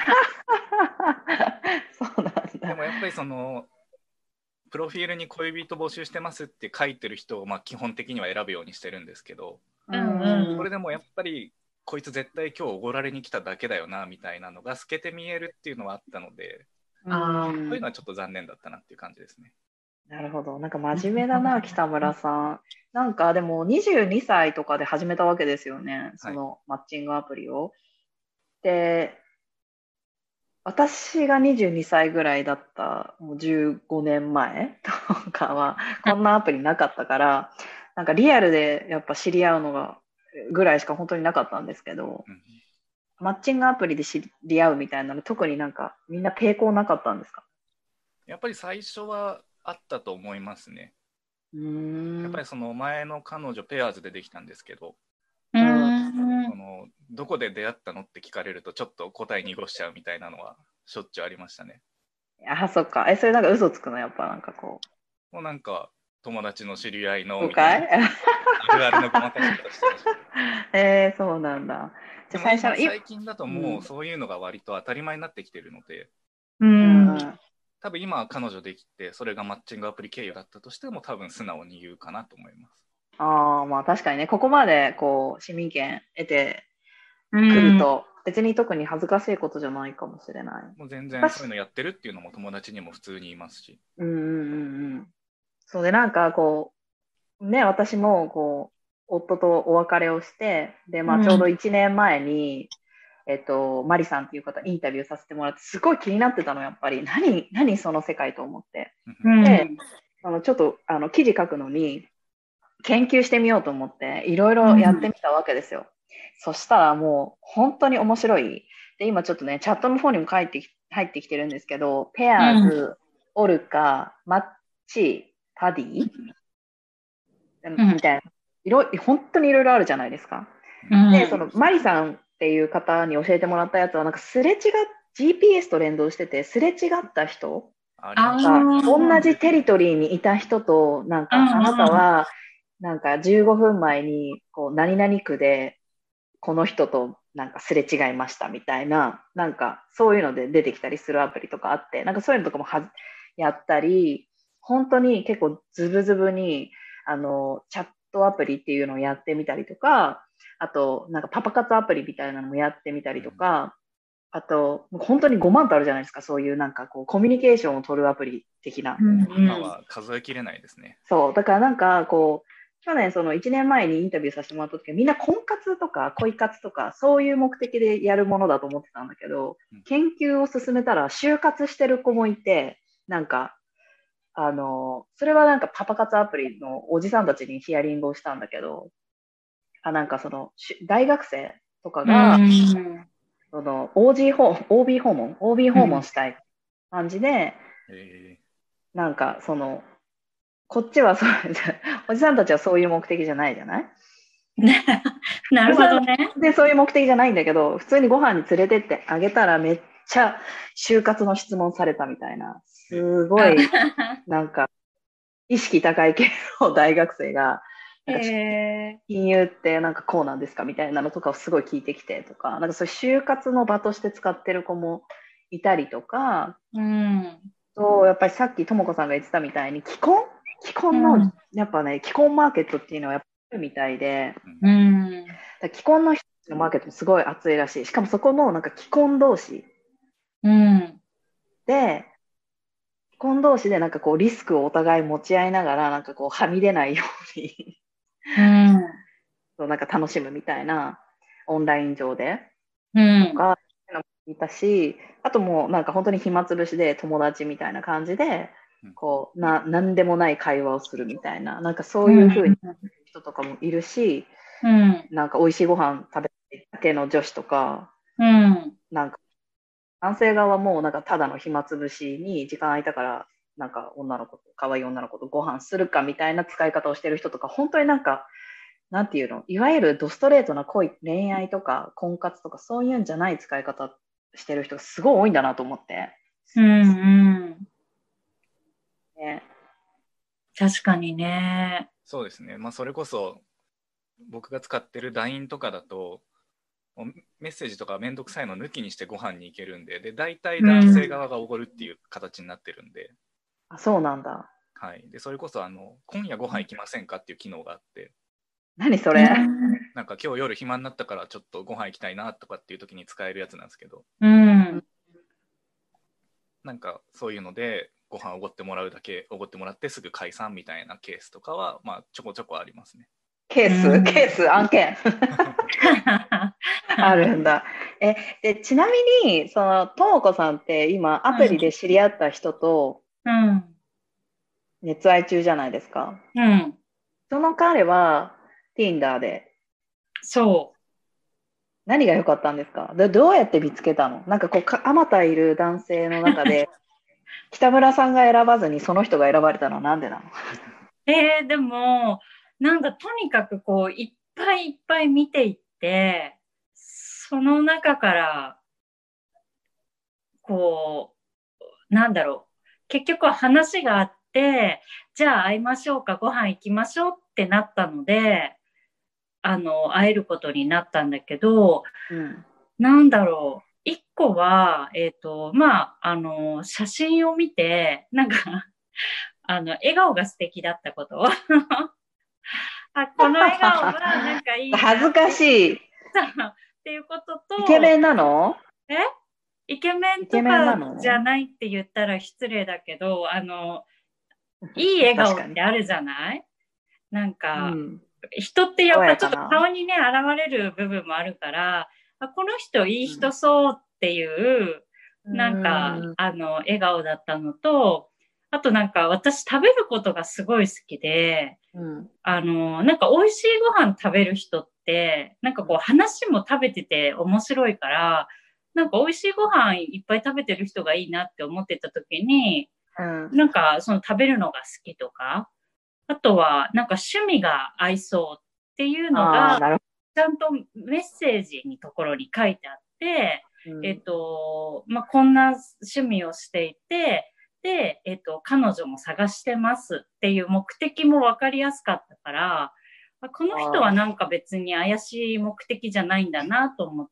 A: そうなんだ。
B: でもやっぱりそのプロフィールに恋人募集してますって書いてる人をまあ基本的には選ぶようにしてるんですけど、
C: うん、
B: これでもやっぱりこいつ絶対今日おごられに来ただけだよなみたいなのが透けて見えるっていうのはあったので、
C: あ
B: そういうのはちょっと残念だったなっていう感じですね。
A: なるほど。なんか真面目だな、北村さん。なんかでもにじゅうにさいとかで始めたわけですよね、そのマッチングアプリを。はい、で、私がにじゅうにさいぐらいだったもうじゅうごねんまえとかはこんなアプリなかったから、なんかリアルでやっぱ知り合うのがぐらいしか本当になかったんですけど、うん、マッチングアプリで知り合うみたいなの特になんかみんな抵抗なかったんですか？
B: やっぱり最初はあったと思いますね。うーん、やっぱりその前の彼女ペアーズでできたんですけど、
C: うん、
B: そのどこで出会ったのって聞かれるとちょっと答え濁しちゃうみたいなのはしょっちゅうありましたね。
A: あ、そっか。え、それなんか嘘つくの？やっぱなんかこ
B: う。もうなんか友達の知り合いの
A: みたいな。
B: あるあるのごまかし方してました。
A: えー、そうなんだ。
B: じゃ最初最近だともうそういうのが割と当たり前になってきてるので、
C: うん、
B: 多分今は彼女できてそれがマッチングアプリ経由だったとしても多分素直に言うかなと思います。
A: ああ、まあ確かにね、ここまでこう市民権得てくると、 別に特に恥ずかしいことじゃないかもしれない。
B: もう全然そういうのやってるっていうのも友達にも普通にいますし。
A: うんうんうんうん。そうで、なんかこう、ね、私もこう、夫とお別れをして、で、まあちょうどいちねんまえに、うん、えっと、マリさんっていう方インタビューさせてもらって、すごい気になってたの、やっぱり。何、何その世界と思って。で、あのちょっとあの記事書くのに、研究してみようと思って、いろいろやってみたわけですよ。うん、そしたらもう本当に面白い。で、今ちょっとね、チャットの方にも書いて入ってきてるんですけど、ペアーズ、うん、オルカ、マッチ、パディ、うん、みたいな。いろ本当にいろいろあるじゃないですか。うん、で、そのマリさんっていう方に教えてもらったやつは、なんかすれ違っ、ジーピーエス と連動してて、すれ違った人、あ同じテリトリーにいた人と、なんか、あなたは、なんかじゅうごふんまえに、こう、何々区で、この人となんかすれ違いましたみたいな、なんかそういうので出てきたりするアプリとかあって、なんかそういうのとかもはやったり、本当に結構ズブズブに、あの、チャットアプリっていうのをやってみたりとか、あと、なんかパパ活アプリみたいなのもやってみたりとか、あと、本当にごまんとあるじゃないですか、そういうなんかこう、コミュニケーションを取るアプリ的な。
B: 今は数えきれないですね。
A: そう、だからなんかこう、去年そのいちねんまえにインタビューさせてもらった時はみんな婚活とか恋活とかそういう目的でやるものだと思ってたんだけど、うん、研究を進めたら就活してる子もいて、なんか、あの、それはなんかパパ活アプリのおじさんたちにヒアリングをしたんだけど、あなんかその大学生とかが、うん、その オージー 訪 オービー 訪問、オービー 訪問したい感じで、うんえー、なんかその、こっちはそう、おじさんたちはそういう目的じゃないじゃない
C: なるほどね。
A: で、そういう目的じゃないんだけど、普通にご飯に連れてってあげたらめっちゃ就活の質問されたみたいな、すごい、なんか、意識高い系の大学生が、金融ってなんかこうなんですかみたいなのとかをすごい聞いてきてとか、なんかそういう就活の場として使ってる子もいたりとか、うん、とやっぱりさっきともこさんが言ってたみたいに既婚既婚の、うん、やっぱね、既婚マーケットっていうのはやっぱりみたいで、うん、だ既婚の人のマーケットもすごい熱いらしい。しかもそこもなんか既婚同士、うん、で、既婚同士でなんかこうリスクをお互い持ち合いながらなんかこうはみ出ないように、うん、そうなんか楽しむみたいなオンライン上で、うん、とかいたし、あともうなんか本当に暇つぶしで友達みたいな感じでこうな何でもない会話をするみたいな、なんかそういう風に人とかもいるし、うん、なんか美味しいご飯食べるだけの女子とか、うん、なんか男性側もなんかただの暇つぶしに時間空いたからなんか女の子と可愛い女の子とご飯するかみたいな使い方をしてる人とか、本当になんかなんていうの、いわゆるドストレートな恋、恋愛とか婚活とかそういうんじゃない使い方してる人がすごい多いんだなと思って。うんうん
C: ね、確かにね。
B: そうですね。まあそれこそ僕が使ってる ライン とかだとメッセージとかめんどくさいの抜きにしてご飯に行けるんで、で大体男性側がおごるっていう形になってるんで、うん、
A: あ、そうなんだ。
B: はい。でそれこそあの今夜ご飯行きませんかっていう機能があって、
A: 何それ？
B: なんか今日夜暇になったからちょっとご飯行きたいなとかっていう時に使えるやつなんですけど、うん、なんかそういうのでご飯おごってもらうだけおごってもらってすぐ解散みたいなケースとかはまあちょこちょこありますね。
A: ケース、うん、ケース案件あるんだ。えでちなみにそのともこさんって今アプリで知り合った人と熱愛中じゃないですか。うん、その彼は Tinder で。
C: そう。
A: 何が良かったんですか？でどうやって見つけたの？なんかこうあまたいる男性の中で北村さんが選ばずにその人が選ばれたのはなんでなの？
C: えー、でもなんかとにかくこういっぱいいっぱい見ていって、その中からこうなんだろう、結局は話があって、じゃあ会いましょうか、ご飯行きましょうってなったので、あの会えることになったんだけど、うん、なんだろう、一個はえっとまああの写真を見てなんかあの笑顔が素敵だったことあ、この笑顔はなんかいいな
A: 恥ずかしい
C: っていうことと、
A: イケメンなの？
C: えイケメンとかじゃないって言ったら失礼だけど、あの、いい笑顔ってあるじゃない？なんか、うん、人ってやっぱちょっと顔にね、現れる部分もあるから、あ、この人いい人そうっていう、うん、なんか、あの、笑顔だったのと、あとなんか私食べることがすごい好きで、うん、あの、なんか美味しいご飯食べる人って、なんかこう話も食べてて面白いから、なんか美味しいご飯いっぱい食べてる人がいいなって思ってた時に、うん、なんかその食べるのが好きとか、あとはなんか趣味が合いそうっていうのが、ちゃんとメッセージのところに書いてあって、うん、えっと、まあ、こんな趣味をしていて、で、えっと、彼女も探してますっていう目的も分かりやすかったから、この人はなんか別に怪しい目的じゃないんだなと思って、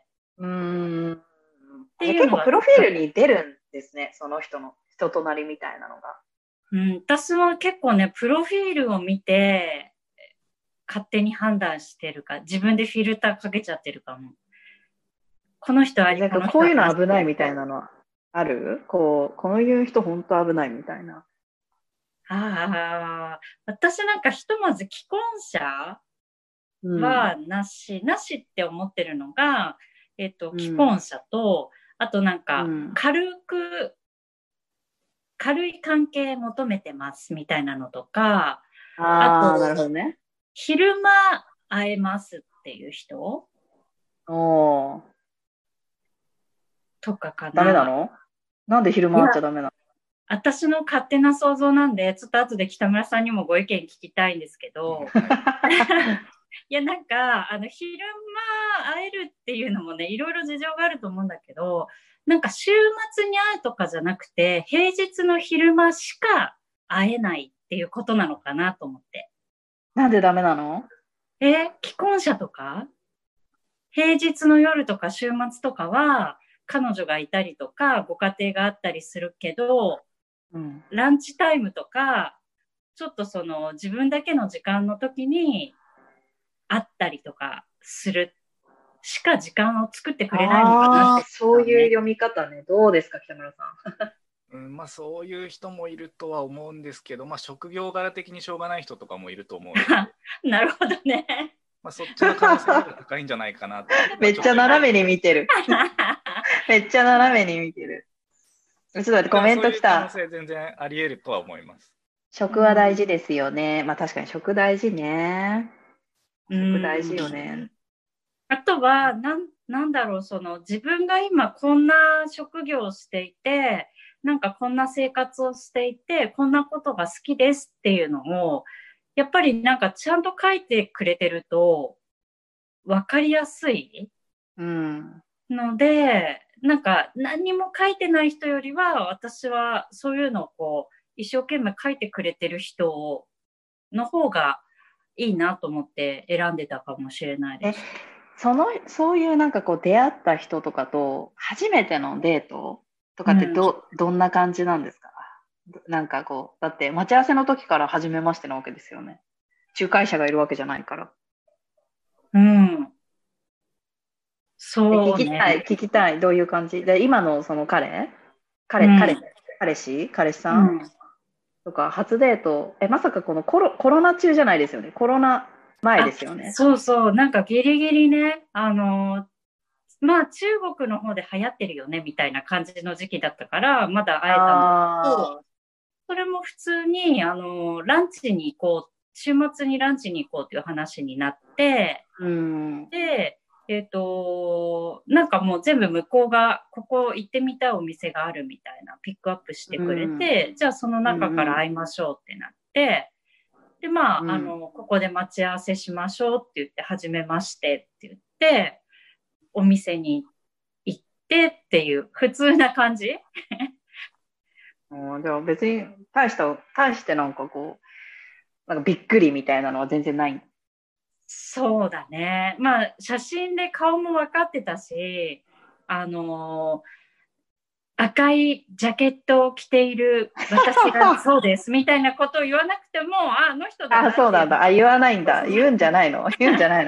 A: うーんっていうのが結構プロフィールに出るんですね、その人の人となりみたいなのが。
C: うん、私は結構ね、プロフィールを見て、勝手に判断してるか、自分でフィルターかけちゃってるかも。この人あり、
A: なんかこういうの危ないみたいなのはある？こう、こういう人本当危ないみたいな。
C: ああ、私なんかひとまず既婚者はなし、うん、なしって思ってるのが、えっと、既婚者と、うん、あとなんか軽く、軽い関係求めてますみたいなのとか、
A: あ, あとなるほどね。
C: 昼間会えますっていう人
A: お
C: とかかな。
A: ダメなの？なんで昼間会っちゃダメなの？
C: 私の勝手な想像なんで、ちょっと後で北村さんにもご意見聞きたいんですけど、いやなんかあの昼間会えるっていうのもね、いろいろ事情があると思うんだけど、なんか週末に会うとかじゃなくて、平日の昼間しか会えないっていうことなのかなと思って。
A: なんでダメなの？
C: え、既婚者とか平日の夜とか週末とかは彼女がいたりとかご家庭があったりするけど、うん、ランチタイムとかちょっとその自分だけの時間の時に会ったりとかするしか時間を作ってくれないのかなって、ね、
A: そういう読み方ね。どうですか北村さ
B: ん、うん、まあそういう人もいるとは思うんですけど、まあ職業柄的にしょうがない人とかもいると思う
C: なるほどね。
B: まあそっちの可能性が高いんじゃないかなって
A: めっちゃ斜めに見てるめっちゃ斜めに見てる。ちょっと待って、コメント来た。
B: そういう可能性全然あり得るとは思います。
A: 食は大事ですよね。うん、まあ確かに食大事ね。食大事よね。
C: あとはなん、なんだろう、その自分が今こんな職業をしていて、なんかこんな生活をしていて、こんなことが好きですっていうのを、やっぱりなんかちゃんと書いてくれてると分かりやすい、うん、ので、なんか何も書いてない人よりは、私はそういうのをこう一生懸命書いてくれてる人の方がいいなと思って選んでたかもしれないです。
A: そのそういうなんかこう出会った人とかと初めてのデートとかって ど,、うん、どんな感じなんですか？なんかこうだって待ち合わせの時から初めましてなわけですよね。仲介者がいるわけじゃないから。
C: うん。そうね。
A: 聞きたい聞きたいどういう感じで今のその彼彼、うん、彼彼氏彼氏さん、うん、とか初デートえまさかこのコロコロナ中じゃないですよね。コロナ前ですよね。
C: そうそうなんかギリギリねあのまあ中国の方で流行ってるよねみたいな感じの時期だったからまだ会えたんですけど、それも普通にあのランチに行こう週末にランチに行こうという話になって、うん、でえっとなんかもう全部向こうがここ行ってみたいお店があるみたいなピックアップしてくれて、うん、じゃあその中から会いましょうってなって、でまあ、うん、あのここで待ち合わせしましょうって言って初めましてって言ってお店に行ってっていう普通な感じ
A: うん、でも別に大した大してなんかこうなんかびっくりみたいなのは全然ない。
C: そうだね。まあ写真で顔も分かってたし、あのー、赤いジャケットを着ている私がそうですみたいなことを言わなくても、あ、あの人だな。
A: あ、そうなんだ。あ、言わないんだ。言うんじゃないの。言うんじゃないの。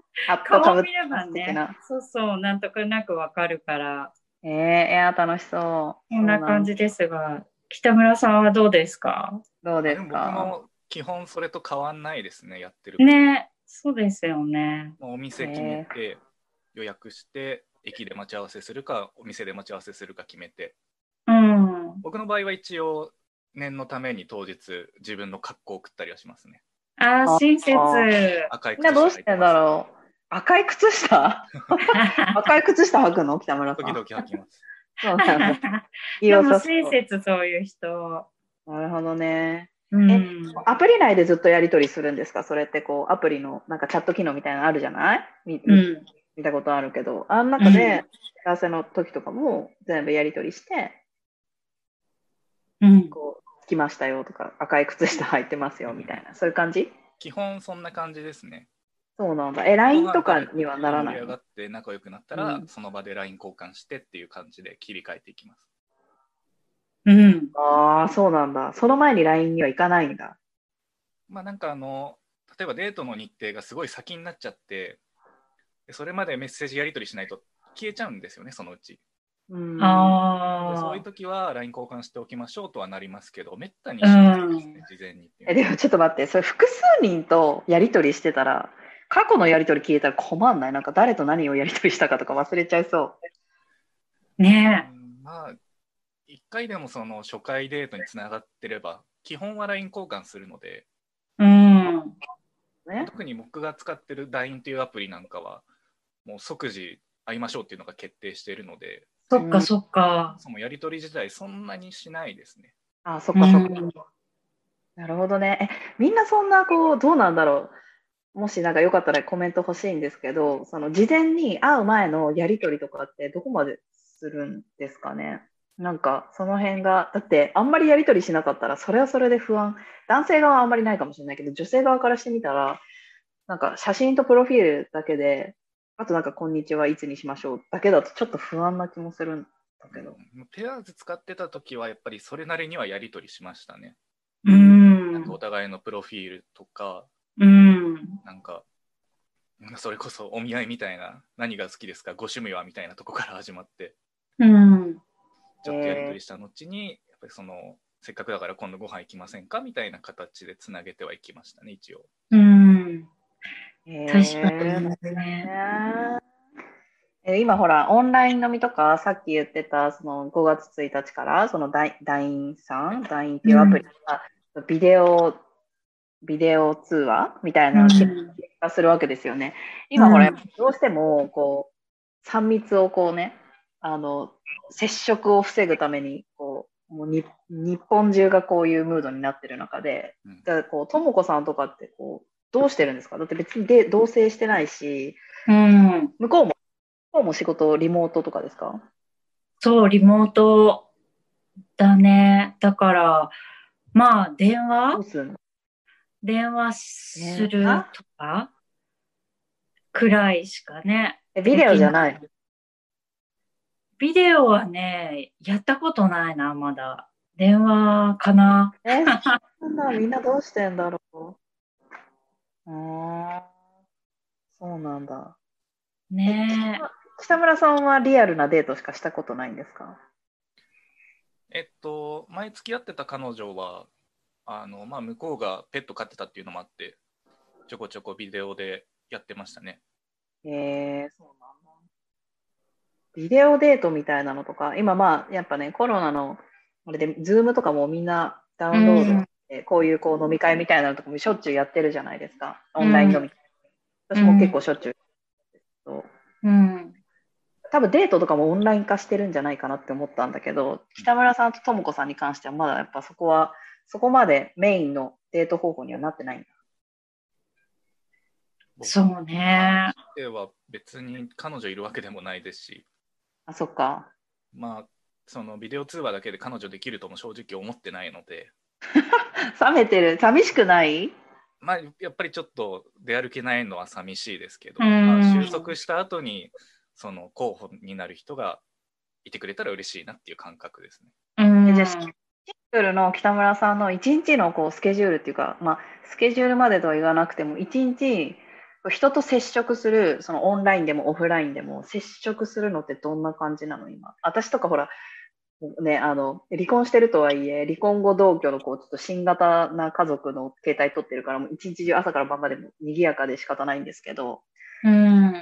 A: ハットかぶって
C: 顔見れ
A: ます的
C: ばね、
A: な。
C: そうそう、なんとなくわかるから、
A: えー、いや、楽しそう。
C: こんな感じですが、北村さんはどうですか？
A: どうです
B: あでも僕
A: か？
B: も基本それと変わんないですね、やってること。
C: ね、そうですよね。
B: もうお店決めて、予約して、駅で待ち合わせするか、お店で待ち合わせするか決めて。
C: うん。
B: 僕の場合は一応、念のために当日、自分の格好を送ったりはしますね。
C: あー、親切。
B: 赤い
A: みんな
B: 靴下履いて
A: どうしてんだ
B: ます。
A: ろう。赤い靴下赤い靴下履くの北村さん。
B: 時々履きます。
A: そうなんだ。いい
C: でも
A: 良さそう
C: 親切、そういう人。
A: なるほどね。え、
C: うん。
A: アプリ内でずっとやり取りするんですか？それってこう、アプリのなんかチャット機能みたいなのあるじゃないみみ
C: うん。
A: 見たことあるけど、あの中で、
C: うん。
A: 幸せの時とかも全部やり取りして、
C: うん。
A: こう、着ましたよとか、赤い靴下履いてますよみたいな、そういう感じ？
B: 基本そんな感じですね。
A: そうなんだ。え、
B: ご
A: ライン
B: 飯
A: とか
B: 食べ
A: にはならないの？
B: 盛り上がって仲良くなったら、
A: うん
B: その場で ライン 交換してっていう感じで切り替えていきます。
C: うん。
A: ああ、そうなんだ。その前に ライン には行かないんだ。
B: まあなんかあの、例えばデートの日程がすごい先になっちゃって、でそれまでメッセージやり取りしないと消えちゃうんですよね、そのうち。
A: うん。
B: でそういう
C: ああ。
B: 時は ライン 交換しておきましょうとはなりますけど、めったにしないですね、
C: うん。
B: 事前にっていう
A: え、
B: のは。
A: でもちょっと待って、それ複数人とやり取りしてたら、過去のやり取り消えたら困んない？なんか誰と何をやり取りしたかとか忘れちゃいそう。
C: ね
B: うんまあ、一回でもその初回デートにつながってれば、基本は ライン 交換するので、
C: え。うん。
A: ね。
B: 特に僕が使ってる ライン というアプリなんかは、もう即時会いましょうっていうのが決定しているので、
C: そっかそっか。
B: そのやり取り自体そんなにしないですね。
A: あ、そっ
C: う
A: かそっか。
C: ん。
A: なるほどね。え、みんなそんな、こう、どうなんだろう。もしなんかよかったらコメント欲しいんですけど、その事前に会う前のやり取りとかってどこまでするんですかね。なんかその辺が、だってあんまりやり取りしなかったらそれはそれで不安。男性側はあんまりないかもしれないけど、女性側からしてみたら、なんか写真とプロフィールだけで、あとなんかこんにちはいつにしましょうだけだとちょっと不安な気もするんだけど。
B: うんペアーズ使ってた時はやっぱりそれなりにはやり取りしましたね。
C: う
B: なん
C: ん。
B: かお互いのプロフィールとか、
C: うん。
B: なんかそれこそお見合いみたいな、何が好きですか、ご趣味はみたいなとこから始まって、
C: うん。
B: ちょっとやり取りした後に、やっぱりそのせっかくだから今度ご飯行きませんかみたいな形でつなげてはいきましたね、一応。
C: うん。
A: へ
C: 確か
A: ー
C: にね。
A: え今ほら、オンライン飲みとか、さっき言ってた、そのごがつついたちから、そのダイダインさん、ダインっていうアプリが、ビデオ、ビデオ通話みたいなのを結果するわけですよね。今ほら、どうしても、こう、さん密をこうね、あの、接触を防ぐために、こう、もうに日本中がこういうムードになってる中で、
B: うん
A: だからこう、ともこさんとかって、こう、どうしてるんですか？だって別にで同棲してないし、
C: うん。
A: 向こうも、向こうも仕事リモートとかですか？
C: そう、リモートだね。だから、まあ、電
A: ど
C: 話
A: うすんの？
C: 電話する
A: ね
C: とかくらいしかね。
A: え、ビデオじゃないの？
C: ビデオはね、やったことないな、まだ。電話かな。
A: え、そんなみんなどうしてんだろう。ああ、そうなんだ。え、
C: ね
A: 北村さんはリアルなデートしかしたことないんですか？
B: えっと、前付き合ってた彼女は、あのまあ、向こうがペット飼ってたっていうのもあって、ちょこちょこビデオでやってましたね。
A: えー、そうなんだ。ビデオデートみたいなのとか、今まあ、やっぱね、コロナの、あれで、ズームとかもみんなダウンロードし
C: うん。
A: て、こういうこう飲み会みたいなのとかもしょっちゅうやってるじゃないですか。オ
C: うん。
A: ンライン飲み会。私も結構しょっちゅうやってるけど、
C: うん。
A: 多分デートとかもオンライン化してるんじゃないかなって思ったんだけど、北村さんとともこさんに関してはまだやっぱそこは、そこまでメインのデート方法にはなってないんだ。
C: そうね。
B: では別に彼女いるわけでもないですし、
A: あ、そっか。
B: まあ、そのビデオ通話だけで彼女できるとも正直思ってないので、
A: 冷めてる。寂しくない？
B: まあ、やっぱりちょっと出歩けないのは寂しいですけど、
C: うん
B: まあ、収束した後にその候補になる人がいてくれたら嬉しいなっていう感覚ですね。
C: うん。
A: じゃあシンプルの北村さんの一日のこうスケジュールっていうか、まあ、スケジュールまでとは言わなくても、一日人と接触する、そのオンラインでもオフラインでも接触するのってどんな感じなの今？私とかほら、ね、あの、離婚してるとはいえ、離婚後同居のこう、ちょっと新型な家族の携帯取ってるから、もう一日中朝から晩までも賑やかで仕方ないんですけど、
C: うん。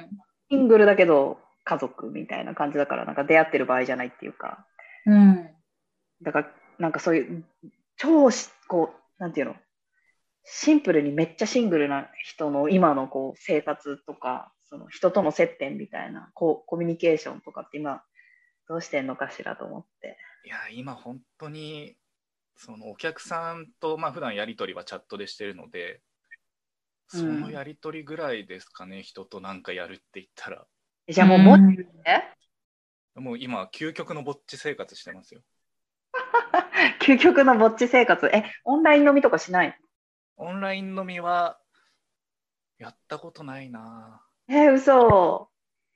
A: シングルだけど家族みたいな感じだから、なんか出会ってる場合じゃないっていうか、
C: うん。
A: だから、なんかそういう、超し、こう、なんていうの、シンプルにめっちゃシングルな人の今のこう生活とか、その人との接点みたいな、こう、コミュニケーションとかって今、どうしてんのかしらと思って。
B: いや、今本当に、そのお客さんと、まあ普段やり取りはチャットでしてるので、そのやり取りぐらいですかね、うん、人となんかやるって言ったら。
A: じゃあもうもっ、
B: えもう今、究極のぼっち生活してますよ。
A: 究極のぼっち生活。え、オンライン飲みとかしない？
B: オンライン飲みは、やったことないな。
A: えー、嘘。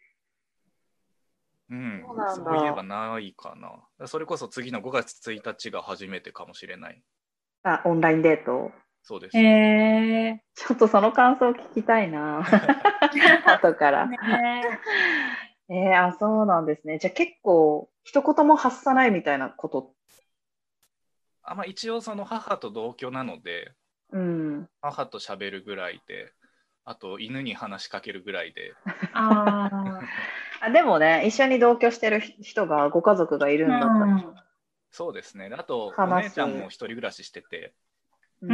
B: うん、そうなんだ。そういえばないかな。それこそ次のごがつついたちが初めてかもしれない。
A: あ、オンラインデート？
B: そうです。
C: へー。
A: ちょっとその感想聞きたいな。後から。ね、えー、あ、そうなんですね。じゃあ結構、一言も発さないみたいなこと？
B: あ、まあ、一応その母と同居なので、
A: うん、
B: 母と喋るぐらいで、あと犬に話しかけるぐらいで。
A: ああ、でもね、一緒に同居してる人が、ご家族がいるんだったら、うん、
B: そうですね。あとお姉ちゃんも一人暮らししてて、
A: うん、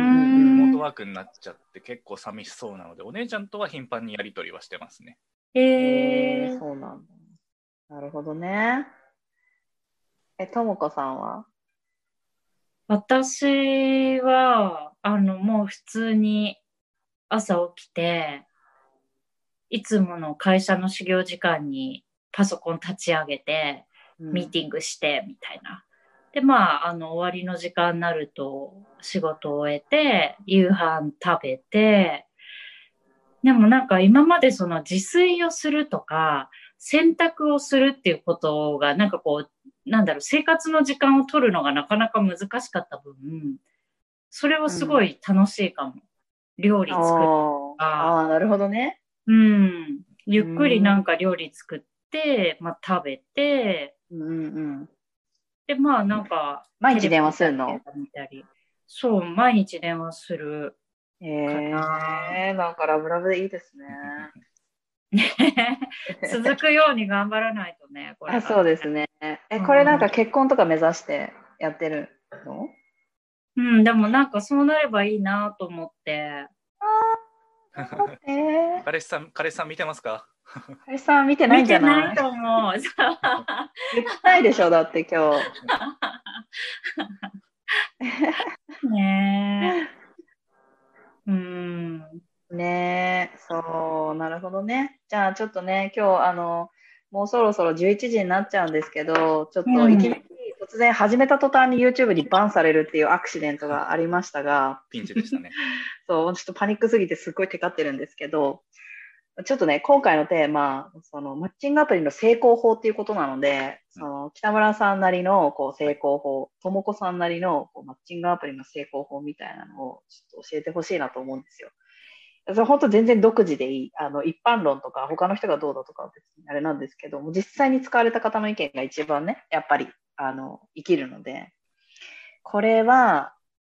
B: リモートワークになっちゃって結構寂しそうなので、お姉ちゃんとは頻繁にやり取りはしてますね。
A: へえー、そうなんだ。なるほどね。え、ともこさんは？
C: 私は、あの、もう普通に朝起きて、いつもの会社の始業時間にパソコン立ち上げて、ミーティングしてみたいな。で、まあ、あの、終わりの時間になると仕事を終えて、夕飯食べて、でもなんか今までその自炊をするとか、洗濯をするっていうことが、なんかこう、なんだろう、生活の時間を取るのがなかなか難しかった分、それはすごい楽しいかも。うん、料理作るとか。
A: ああ、なるほどね。
C: うん。ゆっくりなんか料理作って、まあ食べて、
A: うんうん、
C: で、まあなんか、
A: 毎日電話するの？
C: 見たり。そう、毎日電話するかな。
A: えー、なんかラブラブでいいですね。
C: 続くように頑張らないとね、これ、ね。
A: あ、そうですね。え、これなんか結婚とか目指してやってるの？
C: うん、でもなんかそうなればいいなと思って。
A: あー、えー、
B: 彼氏さん、彼氏さん見てますか？
A: 彼氏さん見てないんじゃない？
C: 見てないと思う。
A: 言ってないでしょ、だって今
C: 日。ねえ。うん。
A: ねえ、そう、なるほどね。じゃあちょっとね、今日あの、もうそろそろじゅういちじになっちゃうんですけど、ちょっといきなり突然始めた途端に YouTube にバンされるっていうアクシデントがありましたが、
B: ピンチでしたね。
A: そう、ちょっとパニックすぎてすっごいテカってるんですけど、ちょっとね、今回のテーマ、そのマッチングアプリの成功法っていうことなので、その北村さんなりのこう成功法、ともこさんなりのこうマッチングアプリの成功法みたいなのをちょっと教えてほしいなと思うんですよ。それ本当全然独自でいい。あの、一般論とか、他の人がどうだとかは別にあれなんですけども、実際に使われた方の意見が一番ね、やっぱり、あの、生きるので、これは、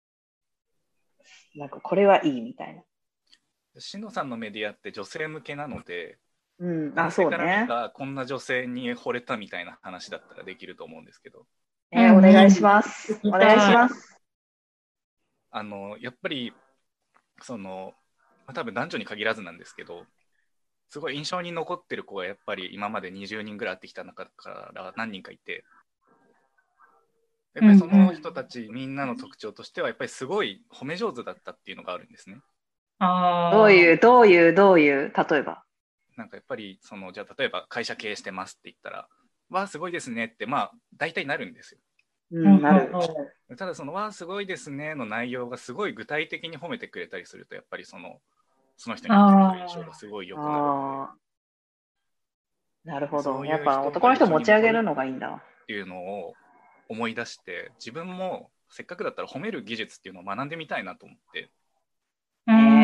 A: なんかこれはいいみたいな。
B: しのさんのメディアって女性向けなので、
A: うん、
B: 男性から見たこんな女性に惚れたみたいな話だったらできると思うんですけど。
A: えー、お願いします。お願いします。
B: あの、やっぱり、その、多分男女に限らずなんですけど、すごい印象に残ってる子がやっぱり今までにじゅうにんぐらい会ってきた中から何人かいて、やっぱりその人たちみんなの特徴としてはやっぱりすごい褒め上手だったっていうのがあるんですね。
C: あ
A: どういう、どういう、どういう、例えば。
B: なんかやっぱりその、じゃあ例えば会社経営してますって言ったら、わあすごいですねってまあ大体なるんですよ。
A: うん、なる。
B: ただそのわあすごいですねの内容がすごい具体的に褒めてくれたりすると、やっぱりそのその人にとっての印象がすごい良くなるの
A: で。なるほど。やっぱ男の人持ち上げるのがいいんだ
B: っていうのを思い出して、自分もせっかくだったら褒める技術っていうのを学んでみたいなと思って、
A: えー、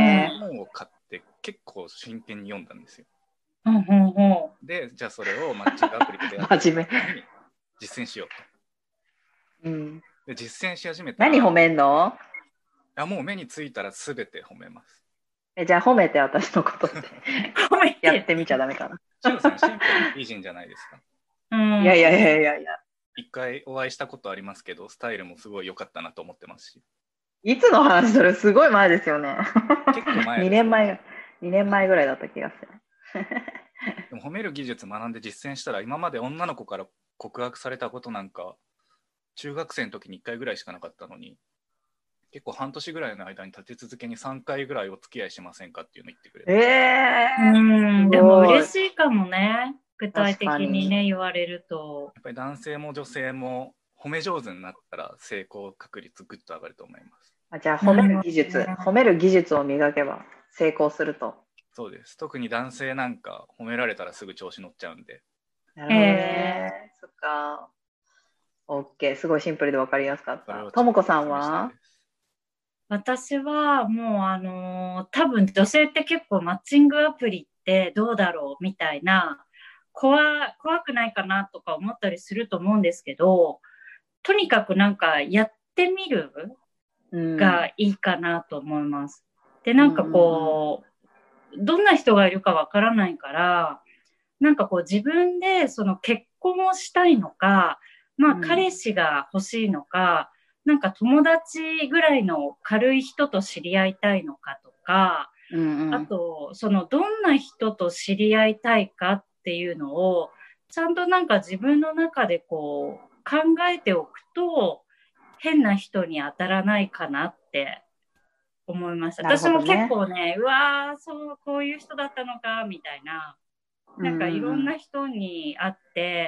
B: 本を買って結構真剣に読んだんですよ。
C: うんうんうん、
B: で、じゃあそれをマッチングアプリで出会
A: 真面目。
B: に実践しようと。
A: うん、
B: で実践し始めたら、
A: 何褒めんの？
B: あもう目についたらすべて褒めます。
A: えじゃあ褒めて私のことって
C: 褒めて
A: やってみちゃダメかな。
B: しおさんシンプルに美人じゃないですか。
C: うん、
A: いやいやいやいやいや。
B: 一回お会いしたことありますけど、スタイルもすごい良かったなと思ってますし。
A: いつの話？それすごい前ですよね。
B: 結構前です。
A: にねんまえ、にねんまえぐらいだった気がする。
B: でも褒める技術学んで実践したら、今まで女の子から告白されたことなんか中学生の時にいっかいぐらいしかなかったのに、結構半年ぐらいの間に立て続けにさんかいぐらいお付き合いしませんかっていうのを言ってくれる。
A: えー、
C: うんでも嬉しいかもね、具体的にね言われると。
B: やっぱり男性も女性も褒め上手になったら成功確率ぐっと上がると思います。
A: あじゃあ褒める技術、うん、褒める技術を磨けば成功すると。
B: そうです。特に男性なんか褒められたらすぐ調子乗っちゃうんで。
A: なるほどね。えー、そっか。OK。すごいシンプルで分かりやすかった。ともこさんは？
C: 私はもうあのー、多分女性って結構マッチングアプリってどうだろうみたいな、怖、怖くないかなとか思ったりすると思うんですけど、とにかくなんかやってみるがいいかなと思います。うん、で、なんかこう、どんな人がいるかわからないから、なんかこう自分でその結婚をしたいのか、まあ彼氏が欲しいのか、うん、なんか友達ぐらいの軽い人と知り合いたいのかとか、うんうん、あとそのどんな人と知り合いたいかっていうのをちゃんとなんか自分の中でこう考えておくと変な人に当たらないかなって思いました。ね、私も結構ね、うわーそうこういう人だったのかみたいな。なんかいろんな人に会って、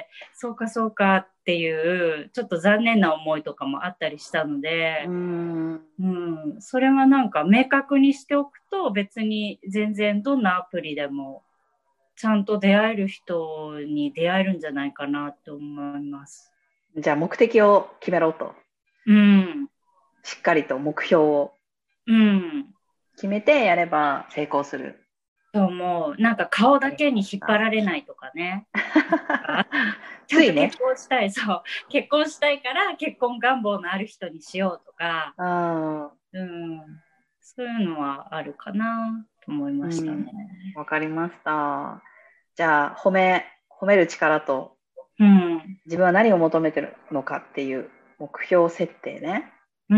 C: うん、そうかそうかっていうちょっと残念な思いとかもあったりしたので、うんうん、それはなんか明確にしておくと別に全然どんなアプリでもちゃんと出会える人に出会えるんじゃないかなと思います。
A: じゃあ目的を決めろと、
C: うん、
A: しっかりと目標を決めてやれば成功する。
C: そうもうなんか顔だけに引っ張られないとかね。
A: ついね。
C: 結婚したい、そう結婚したいから結婚願望のある人にしようとか、
A: あ、
C: うん、そういうのはあるかなと思いましたね。
A: わ、うん、かりました。じゃあ褒め褒める力と、
C: うん、
A: 自分は何を求めてるのかっていう目標設定ね。
C: うん、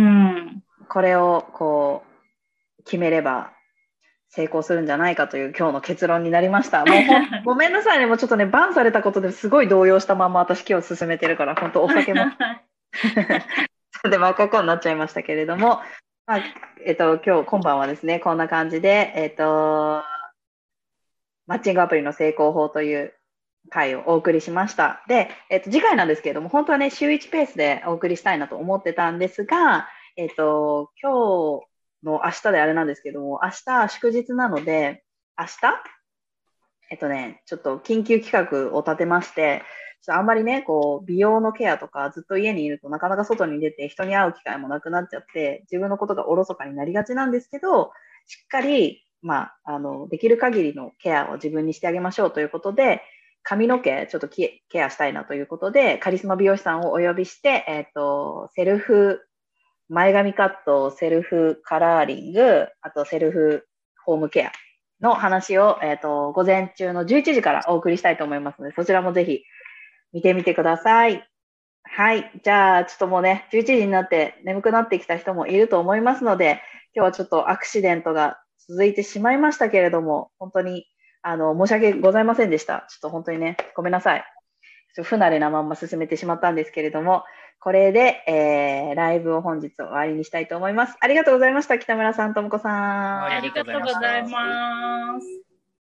A: これをこう決めれば成功するんじゃないかという今日の結論になりました。もうごめんなさいね、もうちょっとね、バンされたことですごい動揺したまま私今日進めてるから、本当お酒もで真っ赤っかになっちゃいましたけれども、まあえっと、今日今晩はですね、こんな感じで、えっと、マッチングアプリの成功法という回をお送りしました。で、えっと、次回なんですけれども、本当はね、週いちペースでお送りしたいなと思ってたんですが、えっと、今日の明日であれなんですけども、明日祝日なので、明日えっとね、ちょっと緊急企画を立てまして、ちょっとあんまりね、こう、美容のケアとかずっと家にいるとなかなか外に出て人に会う機会もなくなっちゃって、自分のことがおろそかになりがちなんですけど、しっかり、まあ、あの、できる限りのケアを自分にしてあげましょうということで、髪の毛ちょっとケアしたいなということで、カリスマ美容師さんをお呼びして、えっと、セルフ前髪カット、セルフカラーリング、あとセルフホームケアの話を、えっと、午前中のじゅういちじからお送りしたいと思いますので、そちらもぜひ見てみてください。はい。じゃあ、ちょっともうね、じゅういちじになって眠くなってきた人もいると思いますので、今日はちょっとアクシデントが続いてしまいましたけれども、本当に、あの、申し訳ございませんでした。ちょっと本当にね、ごめんなさい。ちょっと不慣れなまんま進めてしまったんですけれども、これで、えー、ライブを本日終わりにしたいと思います。ありがとうございました。北村さん、ともこさん。
C: ありがとうございます。